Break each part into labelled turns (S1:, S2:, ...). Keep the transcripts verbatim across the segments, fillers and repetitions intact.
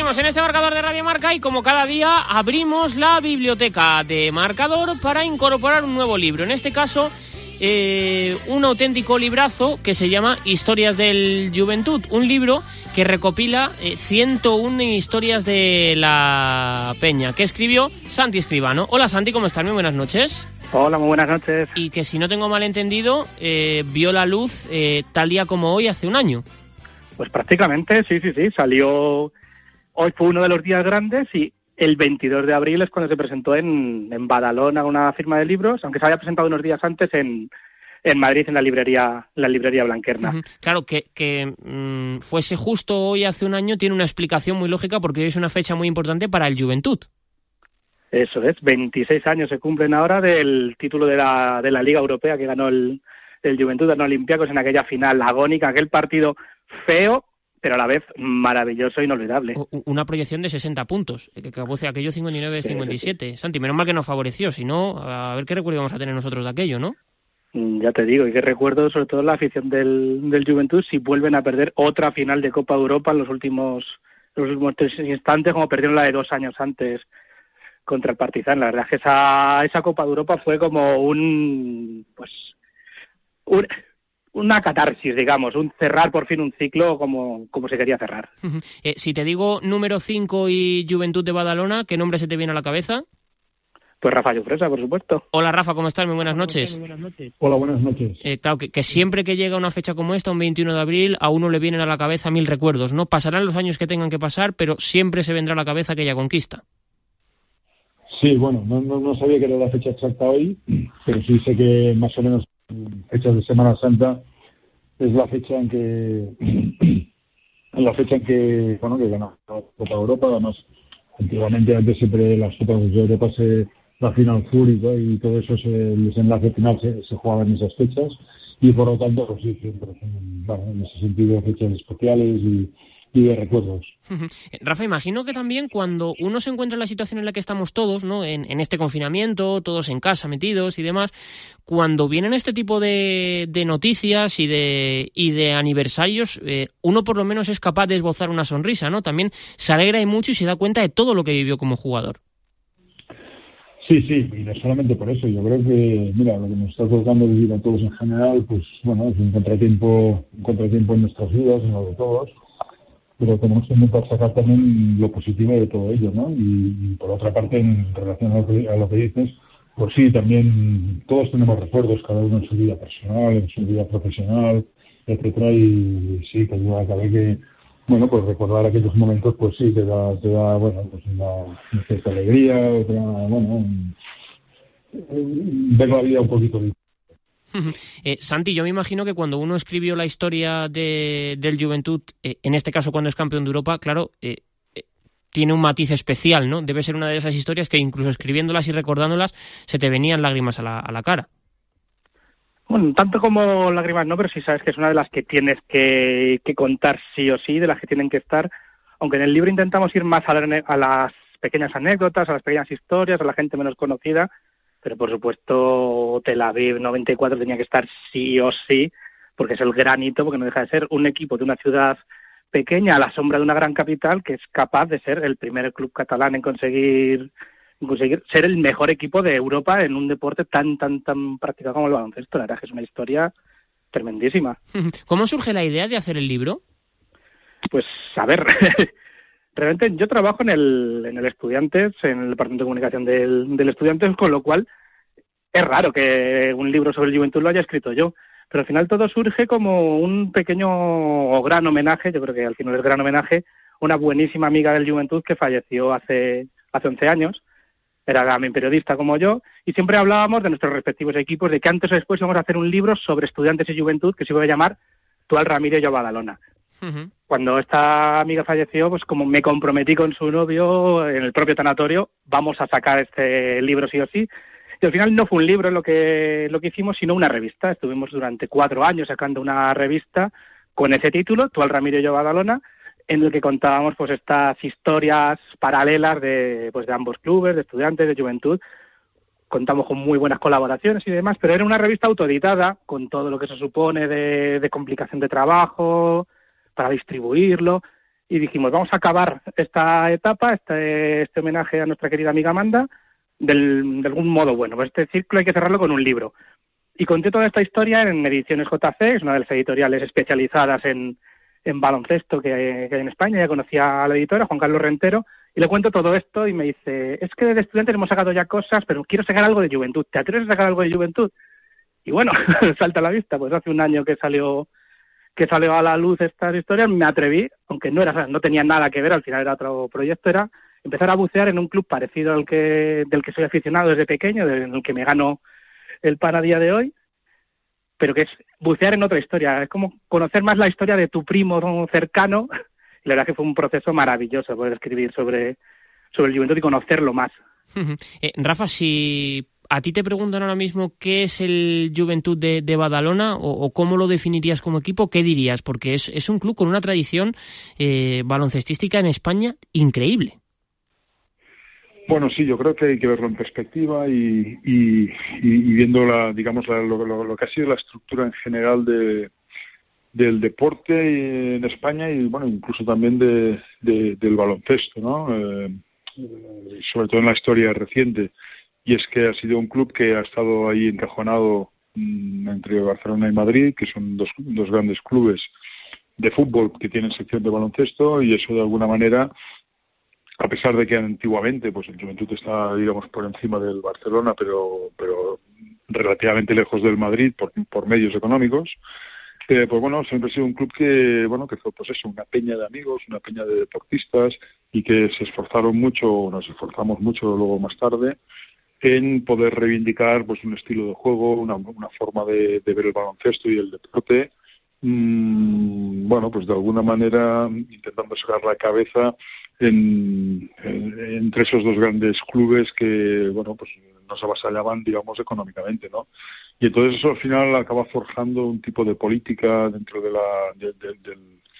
S1: seguimos en este marcador de Radio Marca y como cada día abrimos la biblioteca de Marcador para incorporar un nuevo libro. En este caso, eh, un auténtico librazo que se llama Historias del Juventud. Un libro que recopila eh, ciento una historias de la Peña, que escribió Santi Escribano. Hola Santi, ¿cómo estás? Muy buenas noches.
S2: Hola, muy buenas noches.
S1: Y que si no tengo mal entendido, eh, vio la luz eh, tal día como hoy hace un año.
S2: Pues prácticamente, sí, sí, sí, salió, hoy fue uno de los días grandes y el veintidós de abril es cuando se presentó en, en Badalona una firma de libros, aunque se había presentado unos días antes en, en Madrid, en la librería la librería Blanquerna.
S1: Uh-huh. Claro, que, que mmm, fuese justo hoy hace un año tiene una explicación muy lógica porque hoy es una fecha muy importante para el Juventud.
S2: Eso es, veintiséis años se cumplen ahora del título de la, de la Liga Europea que ganó el, el Juventud, ganó Olympiacos en aquella final agónica, aquel partido feo, pero a la vez maravilloso e inolvidable.
S1: Una proyección de sesenta puntos, que acabó aquello cincuenta y nueve a cincuenta y siete. Sí, sí. Santi, menos mal que nos favoreció, si no, a ver qué recuerdo íbamos a tener nosotros de aquello, ¿no?
S2: Ya te digo, y qué recuerdo sobre todo la afición del, del Juventud si vuelven a perder otra final de Copa de Europa en los últimos, los últimos tres instantes, como perdieron la de dos años antes contra el Partizan. La verdad es que esa, esa Copa de Europa fue como un... pues un... una catarsis, digamos, un cerrar por fin un ciclo como, como se quería cerrar.
S1: Uh-huh. Eh, si te digo número cinco y Juventud de Badalona, ¿qué nombre se te viene a la cabeza?
S2: Pues Rafa Llofresa, por supuesto.
S1: Hola Rafa, ¿cómo estás? Muy buenas noches.
S3: Muy buenas noches. Hola, buenas noches.
S1: Eh, claro, que, que siempre que llega una fecha como esta, un veintiuno de abril, a uno le vienen a la cabeza mil recuerdos, ¿no? Pasarán los años que tengan que pasar, pero siempre se vendrá a la cabeza aquella conquista.
S3: Sí, bueno, no, no, no sabía que era la fecha exacta hoy, pero sí sé que más o menos fechas de Semana Santa es la fecha en que en la fecha en que bueno que ganó la Copa de Europa. Además, antiguamente antes siempre las Copas de Europa se la final fúrica y todo eso se, el desenlace final se, se jugaba en esas fechas y por lo tanto pues sí siempre son, bueno, en ese sentido fechas especiales y y de recuerdos.
S1: Rafa, imagino que también cuando uno se encuentra en la situación en la que estamos todos, ¿no? En, en este confinamiento, todos en casa metidos y demás, cuando vienen este tipo de, de noticias y de y de aniversarios, eh, uno por lo menos es capaz de esbozar una sonrisa, ¿no? También se alegra y mucho y se da cuenta de todo lo que vivió como jugador.
S3: Sí, sí, y no solamente por eso. Yo creo que, mira, lo que nos está tocando vivir a todos en general, pues bueno, es un contratiempo, un contratiempo en nuestras vidas, en lo de todos. Pero tenemos que intentar sacar también lo positivo de todo ello, ¿no? Y, y por otra parte, en relación a lo, que, a lo que dices, pues sí, también todos tenemos recuerdos, cada uno en su vida personal, en su vida profesional, etcétera, y sí, que yo acabé que, bueno, pues recordar aquellos momentos, pues sí, te da, te da bueno, pues una, una cierta alegría, otra, bueno, ver la vida un poquito diferente.
S1: Eh, Santi, yo me imagino que cuando uno escribió la historia de, del Juventud, eh, en este caso cuando es campeón de Europa, claro, eh, eh, tiene un matiz especial, ¿no? Debe ser una de esas historias que incluso escribiéndolas y recordándolas se te venían lágrimas a la, a la cara.
S2: Bueno, tanto como lágrimas no, pero sí sabes que es una de las que tienes que, que contar sí o sí, de las que tienen que estar, aunque en el libro intentamos ir más a, la, a las pequeñas anécdotas, a las pequeñas historias, a la gente menos conocida. Pero por supuesto Tel Aviv noventa y cuatro tenía que estar sí o sí, porque es el gran hito, porque no deja de ser un equipo de una ciudad pequeña a la sombra de una gran capital que es capaz de ser el primer club catalán en conseguir, en conseguir ser el mejor equipo de Europa en un deporte tan, tan, tan practicado como el baloncesto. La verdad es que es una historia tremendísima.
S1: ¿Cómo surge la idea de hacer el libro?
S2: Pues, a ver... Realmente yo trabajo en el en el Estudiantes, en el departamento de comunicación del, del Estudiantes, con lo cual es raro que un libro sobre el Juventud lo haya escrito yo. Pero al final todo surge como un pequeño o gran homenaje, yo creo que al final es gran homenaje, una buenísima amiga del Juventud que falleció hace hace once años. Era también periodista como yo, y siempre hablábamos de nuestros respectivos equipos, de que antes o después íbamos a hacer un libro sobre Estudiantes y Juventud que se iba a llamar Tú al Ramiro y yo a Badalona. Uh-huh. Cuando esta amiga falleció, pues como me comprometí con su novio en el propio tanatorio, vamos a sacar este libro sí o sí. Y al final no fue un libro lo que lo que hicimos, sino una revista. Estuvimos durante cuatro años sacando una revista con ese título, Tú al Ramiro y yo a Badalona, en el que contábamos pues estas historias paralelas de pues de ambos clubes, de Estudiantes, de Juventud. Contamos con muy buenas colaboraciones y demás, pero era una revista autoeditada, con todo lo que se supone de, de complicación de trabajo, para distribuirlo, y dijimos, vamos a acabar esta etapa, este, este homenaje a nuestra querida amiga Amanda, del, de algún modo bueno. Pues este ciclo hay que cerrarlo con un libro. Y conté toda esta historia en Ediciones J C, es una de las editoriales especializadas en, en baloncesto que hay, que hay en España. Ya conocía a la editora, Juan Carlos Rentero, y le cuento todo esto y me dice, es que de estudiantes hemos sacado ya cosas, pero quiero sacar algo de Juventud. ¿Te atreves a sacar algo de Juventud? Y bueno, salta a la vista, pues hace un año que salió que salió a la luz estas historias, me atreví, aunque no era no tenía nada que ver, al final era otro proyecto, era empezar a bucear en un club parecido al que del que soy aficionado desde pequeño, en el que me gano el pan a día de hoy, pero que es bucear en otra historia, es como conocer más la historia de tu primo cercano, y la verdad que fue un proceso maravilloso poder escribir sobre, sobre el Juventud y conocerlo más.
S1: eh, Rafa, si a ti te preguntan ahora mismo qué es el Juventud de, de Badalona o, o cómo lo definirías como equipo, ¿qué dirías? Porque es, es un club con una tradición eh, baloncestística en España increíble.
S3: Bueno, sí, yo creo que hay que verlo en perspectiva y, y, y viendo la, digamos, la, lo, lo, lo que ha sido la estructura en general de, del deporte en España y, bueno, incluso también de, de, del baloncesto, ¿no? Eh, sobre todo en la historia reciente. Y es que ha sido un club que ha estado ahí encajonado mmm, entre Barcelona y Madrid, que son dos, dos grandes clubes de fútbol que tienen sección de baloncesto, y eso de alguna manera, a pesar de que antiguamente pues el Juventud está, digamos, por encima del Barcelona, pero pero relativamente lejos del Madrid por, por medios económicos, eh, pues bueno, siempre ha sido un club que, bueno, que fue pues eso, una peña de amigos, una peña de deportistas, y que se esforzaron mucho, nos esforzamos mucho luego más tarde, en poder reivindicar pues un estilo de juego, una, una forma de, de ver el baloncesto y el deporte, mmm, bueno, pues de alguna manera intentando sacar la cabeza en, en, entre esos dos grandes clubes que, bueno, pues nos avasallaban, digamos, económicamente, ¿no? Y entonces eso al final acaba forjando un tipo de política dentro de la de, de, del,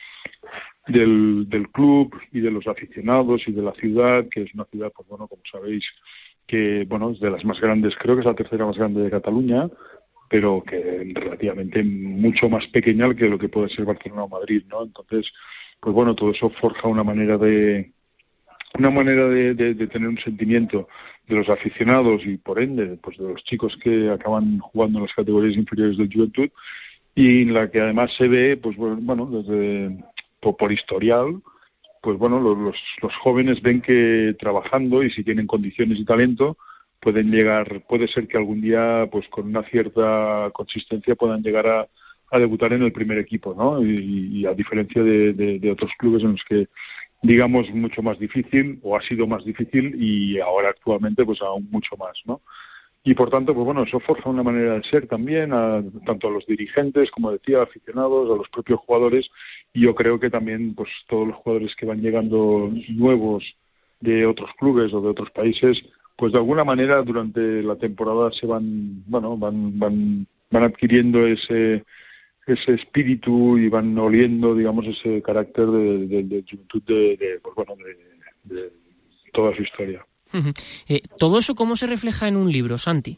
S3: del del club y de los aficionados y de la ciudad, que es una ciudad, pues bueno, como sabéis, que, bueno, es de las más grandes, creo que es la tercera más grande de Cataluña, pero que relativamente mucho más pequeña que lo que puede ser Barcelona o Madrid, ¿no? Entonces, pues bueno, todo eso forja una manera de una manera de, de, de tener un sentimiento de los aficionados y, por ende, pues de los chicos que acaban jugando en las categorías inferiores del Juventud, y en la que además se ve, pues bueno, desde por, por historial, pues bueno, los, los, los jóvenes ven que trabajando y si tienen condiciones y talento pueden llegar, puede ser que algún día, pues con una cierta consistencia puedan llegar a, a debutar en el primer equipo, ¿no? Y, y a diferencia de, de, de otros clubes en los que, digamos, mucho más difícil o ha sido más difícil y ahora actualmente pues aún mucho más, ¿no? Y por tanto, pues bueno, eso forja una manera de ser también, a, tanto a los dirigentes, como decía, aficionados, a los propios jugadores, y yo creo que también pues todos los jugadores que van llegando nuevos de otros clubes o de otros países, pues de alguna manera durante la temporada se van, bueno, van, van, van adquiriendo ese ese espíritu y van oliendo, digamos, ese carácter de, de, de Juventud de, de pues bueno, de, de toda su historia.
S1: Uh-huh. Eh, ¿Todo eso cómo se refleja en un libro, Santi?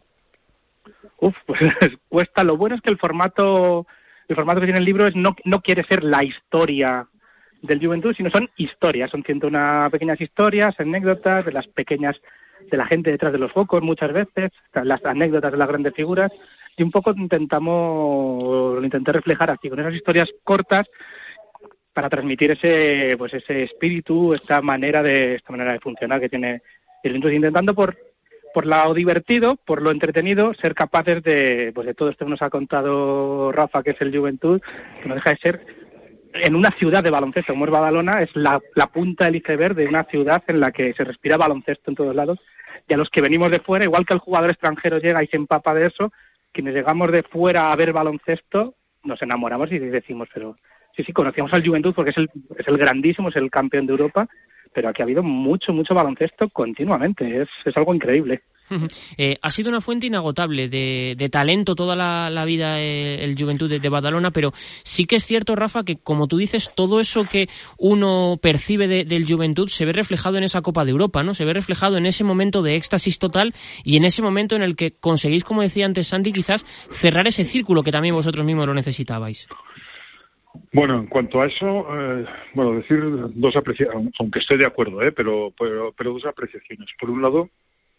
S2: Uf, pues cuesta. Lo bueno es que el formato el formato que tiene el libro es no no quiere ser la historia del Juventud, sino son historias, son ciento una pequeñas historias, anécdotas de las pequeñas, de la gente detrás de los focos muchas veces, las anécdotas de las grandes figuras, y un poco intentamos, lo intenté reflejar así, con esas historias cortas, para transmitir ese pues ese espíritu, esta manera de esta manera de funcionar que tiene el Juventud, intentando por por lo divertido, por lo entretenido, ser capaces de pues de todo esto que nos ha contado Rafa, que es el Juventud, que no deja de ser en una ciudad de baloncesto, como es Badalona, es la, la punta del iceberg de una ciudad en la que se respira baloncesto en todos lados, y a los que venimos de fuera, igual que el jugador extranjero llega y se empapa de eso, quienes llegamos de fuera a ver baloncesto, nos enamoramos y decimos, pero sí, sí, conocíamos al Juventud porque es el, es el grandísimo, es el campeón de Europa, pero aquí ha habido mucho, mucho baloncesto continuamente, es, es algo increíble.
S1: Eh, ha sido una fuente inagotable de, de talento toda la, la vida eh, el Juventud de, de Badalona, pero sí que es cierto, Rafa, que como tú dices, todo eso que uno percibe de, del Juventud se ve reflejado en esa Copa de Europa, ¿no? Se ve reflejado en ese momento de éxtasis total y en ese momento en el que conseguís, como decía antes Santi, quizás cerrar ese círculo que también vosotros mismos lo necesitabais.
S3: Bueno, en cuanto a eso, eh, bueno, decir dos apreciaciones, aunque estoy de acuerdo, eh, pero, pero, pero dos apreciaciones. Por un lado,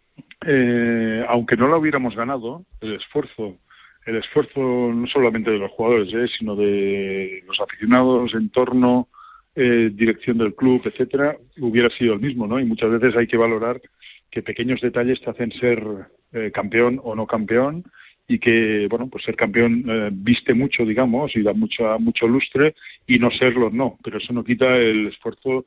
S3: eh, aunque no lo hubiéramos ganado, el esfuerzo, el esfuerzo no solamente de los jugadores, eh, sino de los aficionados, entorno, eh, dirección del club, etcétera, hubiera sido el mismo, ¿no? Y muchas veces hay que valorar que pequeños detalles te hacen ser eh, campeón o no campeón, y que, bueno, pues ser campeón eh, viste mucho, digamos, y da mucho, mucho lustre, y no serlo no, pero eso no quita el esfuerzo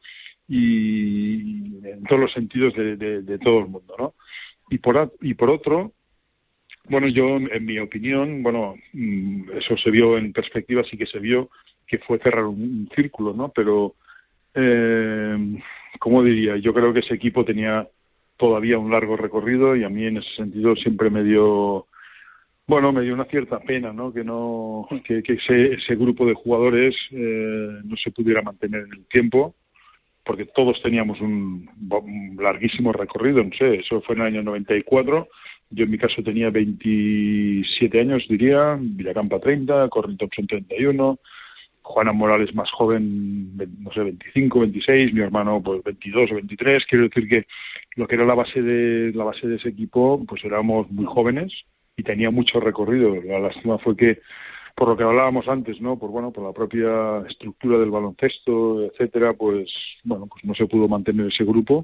S3: y en todos los sentidos de, de, de todo el mundo, ¿no? Y por, y por otro, bueno, yo, en mi opinión, bueno, eso se vio en perspectiva, sí que se vio que fue cerrar un, un círculo, ¿no? Pero, eh, ¿cómo diría? Yo creo que ese equipo tenía todavía un largo recorrido, y a mí en ese sentido siempre me dio... Bueno, me dio una cierta pena, ¿no? Que no que, que ese, ese grupo de jugadores eh, no se pudiera mantener en el tiempo, porque todos teníamos un, un larguísimo recorrido, no sé, eso fue en el año noventa y cuatro, yo en mi caso tenía veintisiete años, diría, Villacampa treinta, Corrin Thompson treinta y uno, Juana Morales más joven, no sé, veinticinco, veintiséis, mi hermano pues veintidós o veintitrés, quiero decir que lo que era la base de la base de ese equipo, pues éramos muy jóvenes, y tenía mucho recorrido. La lástima fue que, por lo que hablábamos antes, ¿no? Por bueno, por la propia estructura del baloncesto, etcétera, pues bueno, pues no se pudo mantener ese grupo,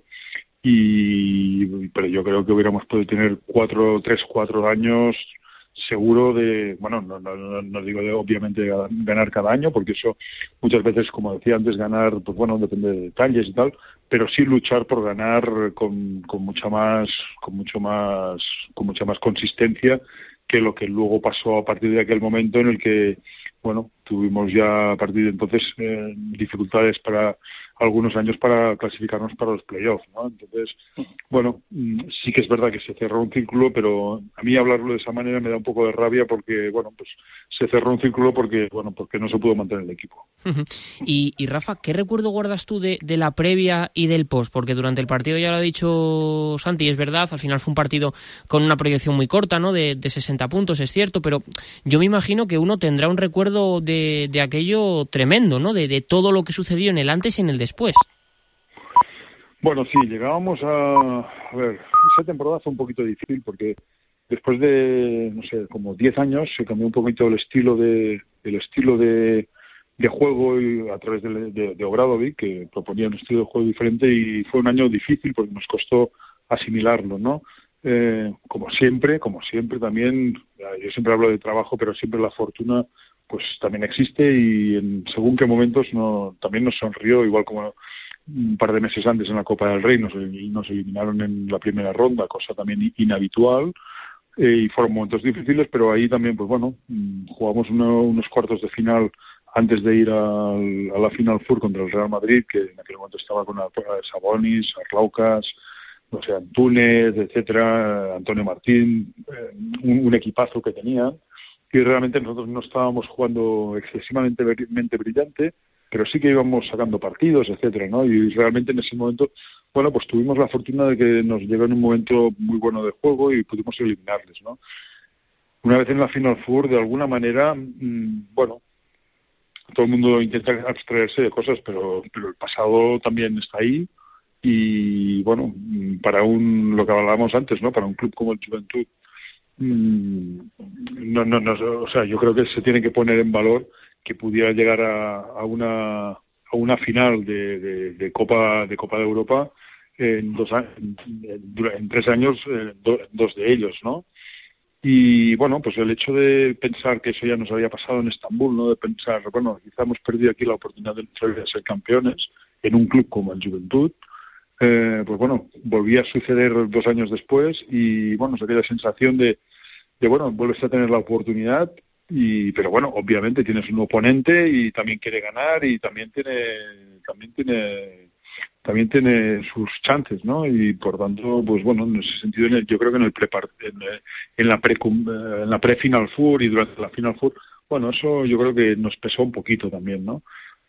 S3: y pero yo creo que hubiéramos podido tener cuatro, tres, cuatro años seguro de, bueno, no, no, no, no digo de obviamente ganar cada año, porque eso muchas veces, como decía antes, ganar, pues bueno, depende de detalles y tal, pero sí luchar por ganar con, con mucha más, con mucho más, con mucha más consistencia que lo que luego pasó a partir de aquel momento en el que, bueno, tuvimos ya a partir de entonces eh, dificultades para algunos años para clasificarnos para los playoffs, ¿no? Entonces, bueno, sí que es verdad que se cerró un círculo, pero a mí hablarlo de esa manera me da un poco de rabia, porque, bueno, pues se cerró un círculo porque, bueno, porque no se pudo mantener el equipo.
S1: Y, y Rafa, ¿qué recuerdo guardas tú de, de la previa y del post? Porque durante el partido, ya lo ha dicho Santi, es verdad, al final fue un partido con una proyección muy corta, ¿no? De, de sesenta puntos, es cierto, pero yo me imagino que uno tendrá un recuerdo de, de aquello tremendo, ¿no? De, de todo lo que sucedió en el antes y en el después.
S3: Bueno, sí, llegábamos a... A ver, esa temporada fue un poquito difícil porque después de, no sé, como diez años se cambió un poquito el estilo de el estilo de, de juego, y a través de, de, de Obradovic, que proponía un estilo de juego diferente, y fue un año difícil porque nos costó asimilarlo, ¿no? Eh, como siempre, como siempre también, yo siempre hablo de trabajo, pero siempre la fortuna pues también existe, y en según qué momentos no, también nos sonrió, igual como un par de meses antes en la Copa del Rey nos, nos eliminaron en la primera ronda, cosa también inhabitual, eh, y fueron momentos difíciles, pero ahí también, pues bueno, jugamos uno, unos cuartos de final antes de ir al, a la Final Four contra el Real Madrid, que en aquel momento estaba con Sabonis, Arlaucas, no sé, Antúnez, etcétera, Antonio Martín, eh, un, un equipazo que tenían, y realmente nosotros no estábamos jugando excesivamente brillante, pero sí que íbamos sacando partidos, etcétera, ¿no? Y realmente en ese momento, bueno, pues tuvimos la fortuna de que nos llegó en un momento muy bueno de juego y pudimos eliminarles, ¿no? Una vez en la Final Four, de alguna manera, mmm, bueno, todo el mundo intenta abstraerse de cosas, pero, pero el pasado también está ahí, y bueno, para un, lo que hablábamos antes, ¿no? Para un club como el Juventud, mmm, no, no, no, o sea, yo creo que se tiene que poner en valor que pudiera llegar a, a una a una final de, de, de Copa de Copa de Europa en dos en, en tres años, eh, do, dos de ellos, ¿no? Y bueno, pues el hecho de pensar que eso ya nos había pasado en Estambul, ¿no? De pensar, bueno, quizá hemos perdido aquí la oportunidad de ser campeones en un club como el Juventud, eh, pues bueno, volvía a suceder dos años después, y bueno, aquella sensación de, de bueno, vuelves a tener la oportunidad. Y pero bueno, obviamente tienes un oponente y también quiere ganar, y también tiene también tiene también tiene sus chances, ¿no? Y por tanto, pues bueno, en ese sentido, yo creo que en el pre en, en la pre en la pre Final Four y durante la Final Four, bueno, eso yo creo que nos pesó un poquito también, ¿no?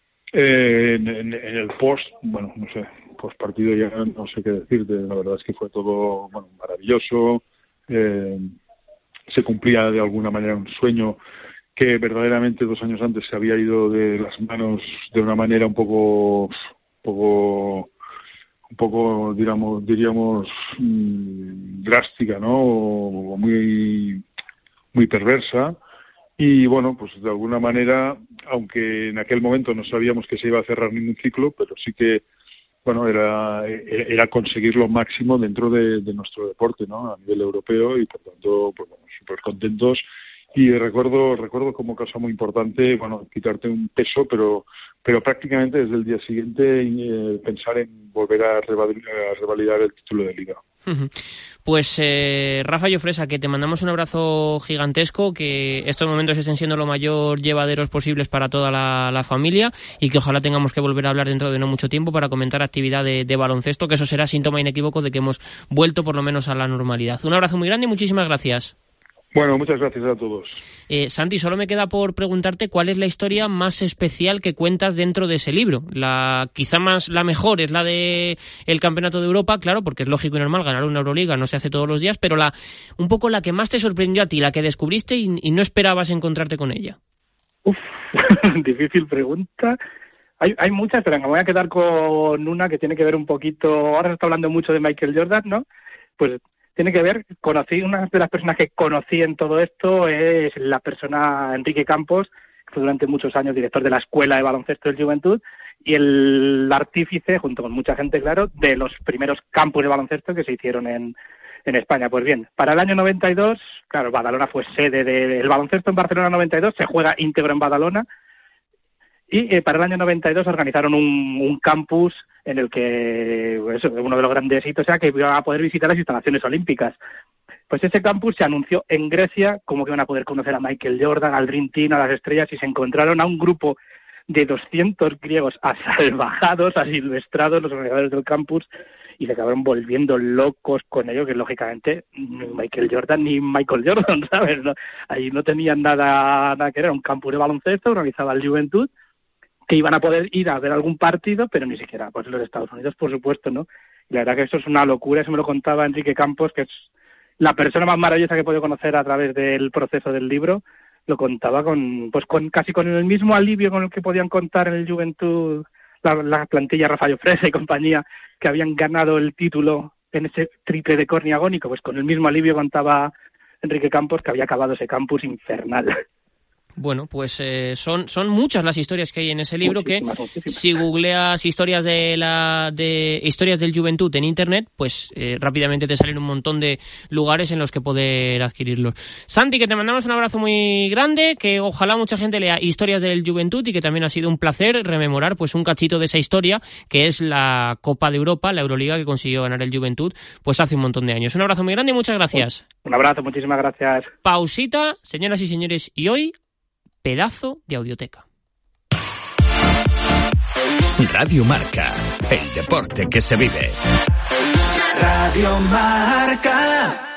S3: Eh, en, en, en el post, bueno, no sé, post partido ya no sé qué decirte, la verdad es que fue todo, bueno, maravilloso. Eh, se cumplía de alguna manera un sueño que verdaderamente dos años antes se había ido de las manos de una manera un poco, un poco, un poco, diríamos, diríamos mmm, drástica, ¿no? O muy, muy perversa. Y bueno, pues de alguna manera, aunque en aquel momento no sabíamos que se iba a cerrar ningún ciclo, pero sí que, bueno, era, era conseguir lo máximo dentro de, de nuestro deporte, ¿no? A nivel europeo, y por tanto, pues bueno, súper contentos. Y recuerdo recuerdo como cosa muy importante, bueno, quitarte un peso, pero pero prácticamente desde el día siguiente eh, pensar en volver a revalidar, a revalidar el título de Liga.
S1: Pues eh, Rafa Llofresa, que te mandamos un abrazo gigantesco, que estos momentos estén siendo lo mayor llevaderos posibles para toda la, la familia, y que ojalá tengamos que volver a hablar dentro de no mucho tiempo para comentar actividad de, de baloncesto, que eso será síntoma inequívoco de que hemos vuelto por lo menos a la normalidad. Un abrazo muy grande y muchísimas gracias.
S3: Bueno, muchas gracias a todos.
S1: Eh, Santi, solo me queda por preguntarte cuál es la historia más especial que cuentas dentro de ese libro. La quizá más la mejor es la de el Campeonato de Europa, claro, porque es lógico y normal, ganar una Euroliga no se hace todos los días, pero la un poco la que más te sorprendió a ti, la que descubriste y, y no esperabas encontrarte con ella.
S2: Uf, difícil pregunta. Hay, hay muchas, pero me voy a quedar con una que tiene que ver un poquito. Ahora se está hablando mucho de Michael Jordan, ¿no? Pues tiene que ver, conocí, una de las personas que conocí en todo esto es la persona Enrique Campos, que fue durante muchos años director de la Escuela de Baloncesto del Juventud y el artífice, junto con mucha gente, claro, de los primeros campus de baloncesto que se hicieron en, en España. Pues bien, para el año noventa y dos, claro, Badalona fue sede del baloncesto en Barcelona noventa y dos, se juega íntegro en Badalona, y eh, para el año noventa y dos organizaron un, un campus en el que, pues, uno de los grandes hitos era que iban a poder visitar las instalaciones olímpicas. Pues ese campus se anunció en Grecia como que iban a poder conocer a Michael Jordan, al Dream Team, a las estrellas, y se encontraron a un grupo de doscientos griegos asalvajados, asilvestrados, los organizadores del campus, y se acabaron volviendo locos con ello, que lógicamente ni Michael Jordan ni Michael Jordan, ¿sabes? No, ahí no tenían nada, nada que ver, era un campus de baloncesto organizado al Juventud, que iban a poder ir a ver algún partido, pero ni siquiera pues los Estados Unidos, por supuesto, ¿no? Y la verdad que eso es una locura, eso me lo contaba Enrique Campos, que es la persona más maravillosa que he podido conocer a través del proceso del libro. Lo contaba con pues con casi con el mismo alivio con el que podían contar en el Juventud la, la plantilla Rafa Llofresa y compañía, que habían ganado el título en ese triple de Corni agónico, pues con el mismo alivio contaba Enrique Campos que había acabado ese campus infernal.
S1: Bueno, pues eh, son son muchas las historias que hay en ese libro,
S2: muchísimas,
S1: que
S2: muchísimas.
S1: Si googleas historias de la de historias del Juventud en internet, pues eh, rápidamente te salen un montón de lugares en los que poder adquirirlos. Santi, que te mandamos un abrazo muy grande, que ojalá mucha gente lea Historias del Juventud y que también ha sido un placer rememorar pues un cachito de esa historia, que es la Copa de Europa, la Euroliga que consiguió ganar el Juventud pues hace un montón de años. Un abrazo muy grande y muchas gracias.
S2: Un abrazo, muchísimas gracias.
S1: Pausita, señoras y señores, y hoy pedazo de audioteca.
S4: Radio Marca, el deporte que se vive. Radio Marca.